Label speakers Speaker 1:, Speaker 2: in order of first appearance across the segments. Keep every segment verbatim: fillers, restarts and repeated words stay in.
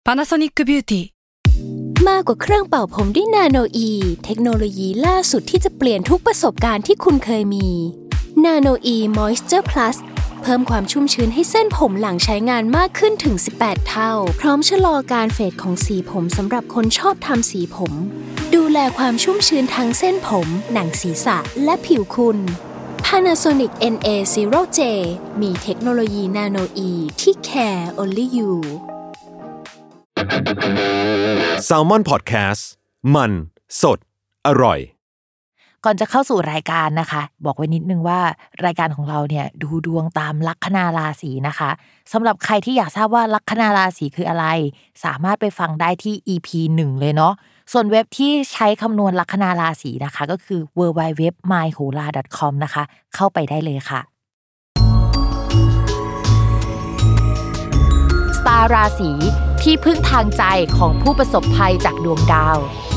Speaker 1: Panasonic Beauty
Speaker 2: มากกว่าเครื่องเป่าผมด้วยนาโนอีเทคโนโลยีล่าสุดที่จะเปลี่ยนทุกประสบการณ์ที่คุณเคยมีนาโนอีมอยส์เจอร์พลัสเพิ่มความชุ่มชื้นให้เส้นผมหลังใช้งานมากขึ้นถึงสิบแปดเท่าพร้อมชะลอการเฟดของสีผมสำหรับคนชอบทำสีผมดูแลความชุ่มชื้นทั้งเส้นผมหนังศีรษะและผิวคุณ Panasonic เอ็น เอ ศูนย์ เจ มีเทคโนโลยีนาโนอีที่ care only you
Speaker 3: Salmon Podcast มันสดอร่อย
Speaker 4: ก่อนจะเข้าสู่รายการนะคะบอกไว้นิดนึงว่ารายการของเราเนี่ยดูดวงตามลัคนาราศีนะคะสำหรับใครที่อยากทราบว่าลัคนาราศีคืออะไรสามารถไปฟังได้ที่ อี พี หนึ่งเลยเนาะส่วนเว็บที่ใช้คำนวณลัคนาราศีนะคะก็คือ ดับเบิลยู ดับเบิลยู ดับเบิลยู ดอท มายโหรา ดอท คอม นะคะเข้าไปได้เลยค่ะสตาร์ราศีที่พึ่งทางใจของผู้ประสบภัยจากดวงดาว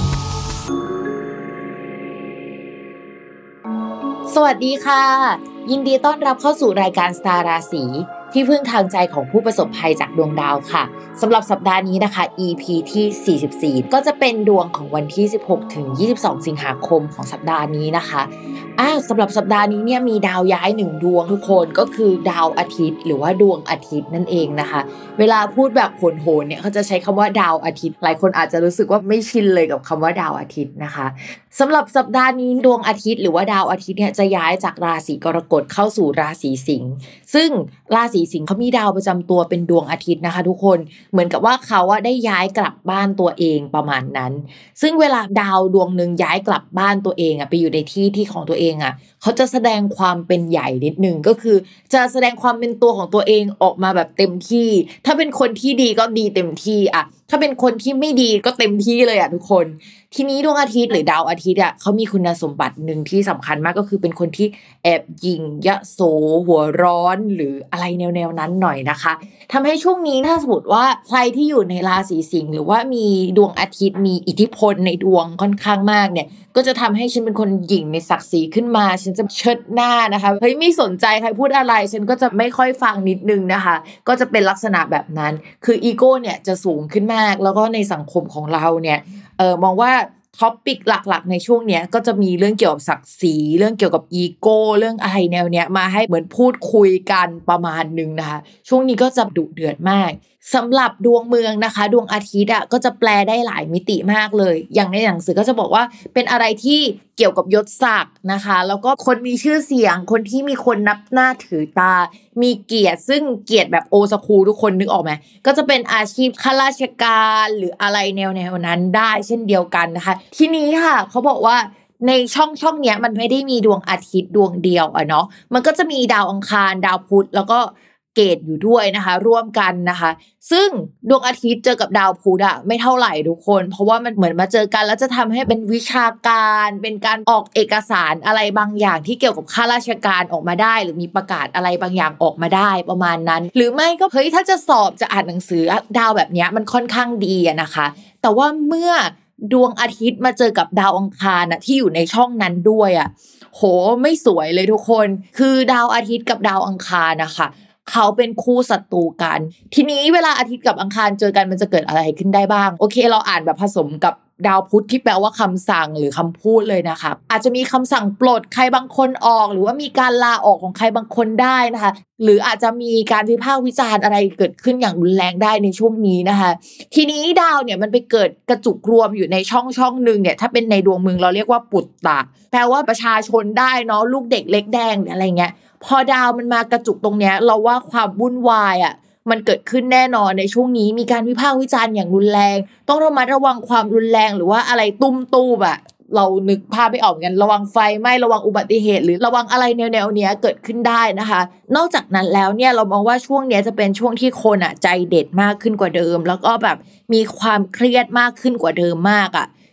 Speaker 4: สวัสดีค่ะยินดีต้อนรับเข้าสู่รายการสตาร์ราศีที่พึ่งทางใจของผู้ประสบภัยจากดวงดาวค่ะสำหรับสัปดาห์นี้นะคะ อี พี ที่สี่สิบสี่ก็จะเป็นดวงของวันที่สิบหกถึงยี่สิบสองสิงหาคมของสัปดาห์นี้นะคะอ่าสำหรับสัปดาห์นี้เนี่ยมีดาวย้ายหนึ่งดวงทุกคนก็คือดาวอาทิตย์หรือว่าดวงอาทิตย์นั่นเองนะคะเวลาพูดแบบโหนๆเนี่ยเขาจะใช้คำว่าดาวอาทิตย์หลายคนอาจจะรู้สึกว่าไม่ชินเลยกับคำว่าดาวอาทิตย์นะคะสำหรับสัปดาห์นี้ดวงอาทิตย์หรือว่าดาวอาทิตย์เนี่ยจะย้ายจากราศีกรกฎเข้าสู่ราศีสิงห์ซึ่งราศีสิงห์เขามีดาวประจำตัวเป็นดวงอาทิตย์นะคะทุกคนเหมือนกับว่าเขาอะได้ย้ายกลับบ้านตัวเองประมาณนั้นซึ่งเวลาดาวดวงนึงย้ายกลับบ้านตัวเองอะไปอยู่ในที่ที่ของตัวเองอะเขาจะแสดงความเป็นใหญ่นิดนึงก็คือจะแสดงความเป็นตัวของตัวเองออกมาแบบเต็มที่ถ้าเป็นคนที่ดีก็ดีเต็มที่อะถ้าเป็นคนที่ไม่ดีก็เต็มที่เลยอะทุกคนทีนี้ดวงอาทิตย์หรือดาวอาทิตย์อ่ะเขามีคุณสมบัติหนึ่งที่สำคัญมากก็คือเป็นคนที่แอบหยิ่งยโสหัวร้อนหรืออะไรแนวๆนั้นหน่อยนะคะทำให้ช่วงนี้ถ้าสมมติว่าใครที่อยู่ในราศีสิงห์หรือว่ามีดวงอาทิตย์มีอิทธิพลในดวงค่อนข้างมากเนี่ยก็จะทำให้ฉันเป็นคนหยิ่งในศักดิ์ศรีขึ้นมาฉันจะเชิดหน้านะคะเฮ้ยไม่สนใจใครพูดอะไรฉันก็จะไม่ค่อยฟังนิดนึงนะคะก็จะเป็นลักษณะแบบนั้นคืออีโก้เนี่ยจะสูงขึ้นมากแล้วก็ในสังคมของเราเนี่ยเออมองว่าท็อปิกหลักๆในช่วงเนี้ยก็จะมีเรื่องเกี่ยวกับศักดิ์ศรีเรื่องเกี่ยวกับอีโก้เรื่องอะไรแนวเนี้ยมาให้เหมือนพูดคุยกันประมาณนึงนะคะช่วงนี้ก็จะดุเดือดมากสำหรับดวงเมืองนะคะดวงอาทิตย์อ่ะก็จะแปลได้หลายมิติมากเลยอย่างในหนังสือก็จะบอกว่าเป็นอะไรที่เกี่ยวกับยศศักดิ์นะคะแล้วก็คนมีชื่อเสียงคนที่มีคนนับหน้าถือตามีเกียรติซึ่งเกียรติแบบโอสคูทุกคนนึกออกไหมก็จะเป็นอาชีพข้าราชการหรืออะไรแนวๆนั้นได้เช่นเดียวกันนะคะทีนี้ค่ะเขาบอกว่าในช่องช่องเนี้ยมันไม่ได้มีดวงอาทิตย์ดวงเดียวอะเนาะมันก็จะมีดาวอังคารดาวพุธแล้วก็เกตอยู่ด้วยนะคะร่วมกันนะคะซึ่งดวงอาทิตย์เจอกับดาวพุธอะไม่เท่าไหร่ทุกคนเพราะว่ามันเหมือนมาเจอกันแล้วจะทำให้เป็นวิชาการเป็นการออกเอกสารอะไรบางอย่างที่เกี่ยวกับข้าราชการออกมาได้หรือมีประกาศอะไรบางอย่างออกมาได้ประมาณนั้นหรือไม่ก็เฮ้ยถ้าจะสอบจะอ่านหนังสือดาวแบบนี้มันค่อนข้างดีอะนะคะแต่ว่าเมื่อดวงอาทิตย์มาเจอกับดาวอังคารน่ะที่อยู่ในช่องนั้นด้วยอ่ะโหไม่สวยเลยทุกคนคือดาวอาทิตย์กับดาวอังคารนะคะเขาเป็นคู่ศัตรูกันทีนี้เวลาอาทิตย์กับอังคารเจอกันมันจะเกิดอะไรขึ้นได้บ้างโอเคเราอ่านแบบผสมกับดาวพุธที่แปลว่าคำสั่งหรือคำพูดเลยนะคะอาจจะมีคำสั่งปลดใครบางคนออกหรือว่ามีการลาออกของใครบางคนได้นะคะหรืออาจจะมีการวิพากษ์วิจารณ์อะไรเกิดขึ้นอย่างรุนแรงได้ในช่วงนี้นะคะทีนี้ดาวเนี่ยมันไปเกิดกระจุกรวมอยู่ในช่องช่องนึงเนี่ยถ้าเป็นในดวงเมืองเราเรียกว่าปุตตะแปลว่าประชาชนได้เนาะลูกเด็กเล็กแดงอะไรเงี้ยพอดาวมันมากระจุกตรงเนี้ยเราว่าความวุ่นวายอ่ะมันเกิดขึ้นแน่นอนในช่วงนี้มีการวิพากษ์วิจารณ์อย่างรุนแรงต้องระมัดระวังความรุนแรงหรือว่าอะไรตุ้มตู้แบบเรานึกภาพไม่ออกเหมือนกันระวังไฟไหม้ระวังอุบัติเหตุหรือระวังอะไรแนวๆเนี้ยเกิดขึ้นได้นะคะนอกจากนั้นแล้วเนี่ยเรามองว่าช่วงเนี้ยจะเป็นช่วงที่คนอ่ะใจเด็ดมากขึ้นกว่าเดิมแล้วก็แบบมีความเครียดมากขึ้นกว่าเดิมมากอ่ะ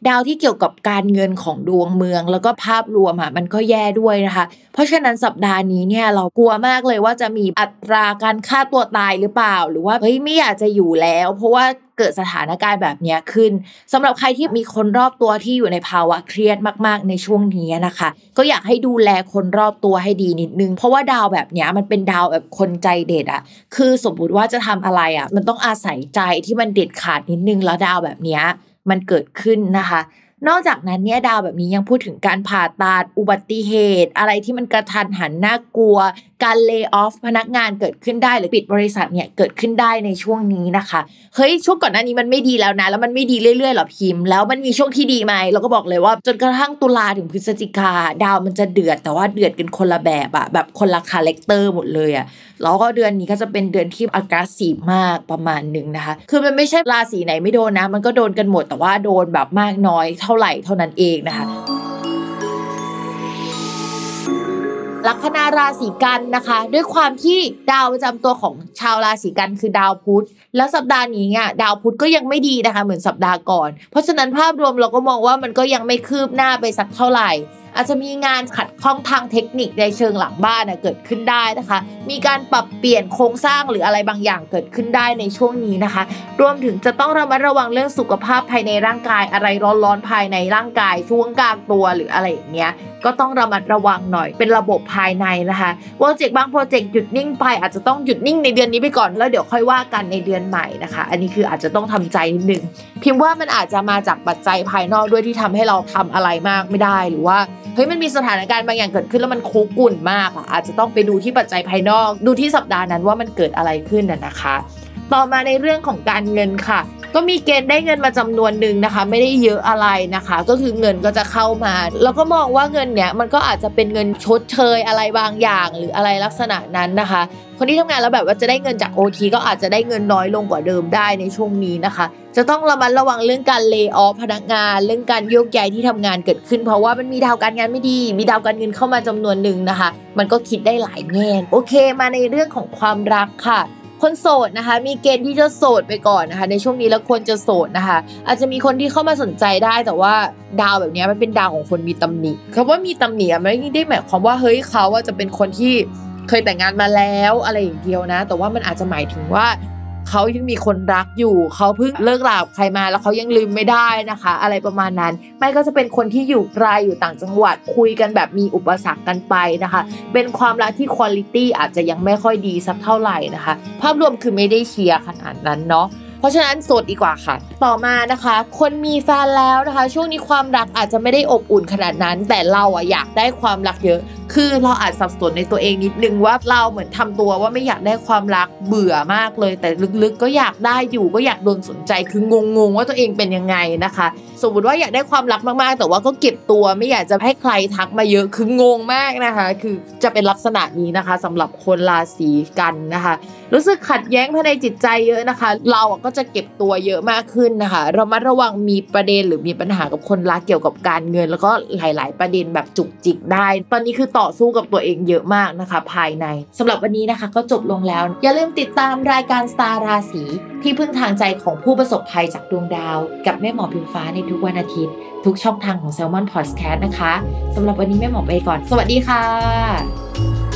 Speaker 4: ดาวที่เกี่ยวกับการเงินของดวงเมืองแล้วก็ภาพรวมอ่ะมันก็แย่ด้วยนะคะเพราะฉะนั้นสัปดาห์นี้เนี่ยเรากลัวมากเลยว่าจะมีอัตราการฆ่าตัวตายหรือเปล่าหรือว่าเฮ้ยไม่อยากจะอยู่แล้วเพราะว่าเกิดสถานการณ์แบบนี้ขึ้นสำหรับใครที่มีคนรอบตัวที่อยู่ในภาวะเครียดมากๆในช่วงนี้นะคะก็อยากให้ดูแลคนรอบตัวให้ดีนิดนึงเพราะว่าดาวแบบนี้มันเป็นดาวแบบคนใจเด็ดอ่ะคือสมมติว่าจะทำอะไรอ่ะมันต้องอาศัยใจที่มันเด็ดขาดนิดนึงแล้วดาวแบบนี้มันเกิดขึ้นนะคะนอกจากนั้นเนี่ยดาวแบบนี้ยังพูดถึงการผ่าตัดอุบัติเหตุอะไรที่มันกระทันหันน่ากลัวการเลย์ออฟพนักงานเกิดขึ้นได้หรือปิดบริษัทเนี่ยเกิดขึ้นได้ในช่วงนี้นะคะเฮ้ยช่วงก่อนหน้านี้มันไม่ดีแล้วนะแล้วมันไม่ดีเรื่อยๆหรอพิมพ์แล้วมันมีช่วงที่ดีไหมเราก็บอกเลยว่าจนกระทั่งตุลาถึงพฤศจิกาดาวมันจะเดือดแต่ว่าเดือดกันคนละแบบอะแบบคนละคาแรคเตอร์หมดเลยอะแล้วก็เดือนนี้ก็จะเป็นเดือนที่ aggressive มากประมาณนึงนะคะคือมันไม่ใช่ราศีไหนไม่โดนนะมันก็โดนกันหมดแต่ว่าโดนแบบมากน้อยเท่าไหร่เท่านั้นเองนะคะลัคนาราศีกันนะคะด้วยความที่ดาวประจำตัวของชาวราศีกันคือดาวพุธแล้วสัปดาห์นี้เนี่ยดาวพุธก็ยังไม่ดีนะคะเหมือนสัปดาห์ก่อนเพราะฉะนั้นภาพรวมเราก็มองว่ามันก็ยังไม่คืบหน้าไปสักเท่าไหร่อาจจะมีงานขัดข้องทางเทคนิคในเชิงหลังบ้านเกิดขึ้นได้นะคะมีการปรับเปลี่ยนโครงสร้างหรืออะไรบางอย่างเกิดขึ้นได้ในช่วงนี้นะคะรวมถึงจะต้องระมัดระวังเรื่องสุขภาพภายในร่างกายอะไรร้อนๆภายในร่างกายช่วงกลางตัวหรืออะไรอย่างเงี้ยก็ต้องระมัดระวังหน่อยเป็นระบบภายในนะคะโปรเจกต์บางโปรเจกต์หยุดนิ่งไปอาจจะต้องหยุดนิ่งในเดือนนี้ไปก่อนแล้วเดี๋ยวค่อยว่ากันในเดือนใหม่นะคะอันนี้คืออาจจะต้องทำใจนิดนึงพิมพ์ว่ามันอาจจะมาจากปัจจัยภายนอกด้วยที่ทำให้เราทำอะไรมากไม่ได้หรือว่าเฮ้ยมันมีสถานการณ์บางอย่างเกิดขึ้นแล้วมันคุกรุ่นมากอ่ะอาจจะต้องไปดูที่ปัจจัยภายนอกดูที่สัปดาห์นั้นว่ามันเกิดอะไรขึ้นน่ะนะคะต่อมาในเรื่องของการเงินค่ะก็มีเกณฑ์ได้เงินมาจำนวนหนึ่งนะคะไม่ได้เยอะอะไรนะคะก็คือเงินก็จะเข้ามาแล้วก็มองว่าเงินเนี้ยมันก็อาจจะเป็นเงินชดเชยอะไรบางอย่างหรืออะไรลักษณะนั้นนะคะคนที่ทำงานแล้วแบบว่าจะได้เงินจาก โอ ที ก็อาจจะได้เงินน้อยลงกว่าเดิมได้ในช่วงนี้นะคะจะต้องระมัดระวังเรื่องการเลย์ออฟพนักงานเรื่องการโยกย้ายที่ทำงานเกิดขึ้นเพราะว่ามันมีดาวการงานไม่ดีมีดาวการเงินเข้ามาจำนวนหนึ่งนะคะมันก็คิดได้หลายแง่โอเคมาในเรื่องของความรักค่ะคนโสดนะคะมีเกณฑ์ที่จะโสดไปก่อนนะคะในช่วงนี้แล้วควรจะโสดนะคะอาจจะมีคนที่เข้ามาสนใจได้แต่ว่าดาวแบบนี้มันเป็นดาวของคนมีตำหนิคำว่ามีตำหนิไม่ได้หมายความว่าเฮ้ยเขาว่าจะเป็นคนที่เคยแต่งงานมาแล้วอะไรอย่างเดียวนะแต่ว่ามันอาจจะหมายถึงว่าเขายังมีคนรักอยู่เขาเพิ่งเลิกรากับใครมาแล้วเขายังลืมไม่ได้นะคะอะไรประมาณนั้นไม่ก็จะเป็นคนที่อยู่ไกลอยู่ต่างจังหวัดคุยกันแบบมีอุปสรรคกันไปนะคะเป็นความรักที่ควอลิตี้อาจจะยังไม่ค่อยดีสักเท่าไหร่นะคะภาพรวมคือไม่ได้เชียร์ขนาดนั้นเนาะเพราะฉะนั้นโสดดีกว่าค่ะต่อมานะคะคนมีแฟนแล้วนะคะช่วงนี้ความรักอาจจะไม่ได้อบอุ่นขนาดนั้นแต่เราอะอยากได้ความรักเยอะคือเราอาจสับสนในตัวเองนิดนึงว่าเราเหมือนทำตัวว่าไม่อยากได้ความรักเบื่อมากเลยแต่ลึกๆก็อยากได้อยู่ก็อยากโดนสนใจคืองงๆว่าตัวเองเป็นยังไงนะคะสมมติว่าอยากได้ความรักมากๆแต่ว่าก็เก็บตัวไม่อยากจะให้ใครทักมาเยอะคืองงมากนะคะคือจะเป็นลักษณะนี้นะคะสำหรับคนราศีกันนะคะรู้สึกขัดแย้งภายในจิตใจเยอะนะคะเราก็จะเก็บตัวเยอะมากขึ้นนะคะระมัดระวังมีประเด็นหรือมีปัญหากับคนรักเกี่ยวกับการเงินแล้วก็หลายๆประเด็นแบบจุกจิกได้ตอนนี้คือต่อสู้กับตัวเองเยอะมากนะคะภายในสำหรับวันนี้นะคะก็จบลงแล้วอย่าลืมติดตามรายการสตาร์ราศีที่พึ่งทางใจของผู้ประสบภัยจากดวงดาวกับแม่หมอพิมฟ้าในทุกวันอาทิตย์ทุกช่องทางของ Salmon Podcast นะคะสำหรับวันนี้แม่หมอไปก่อนสวัสดีค่ะ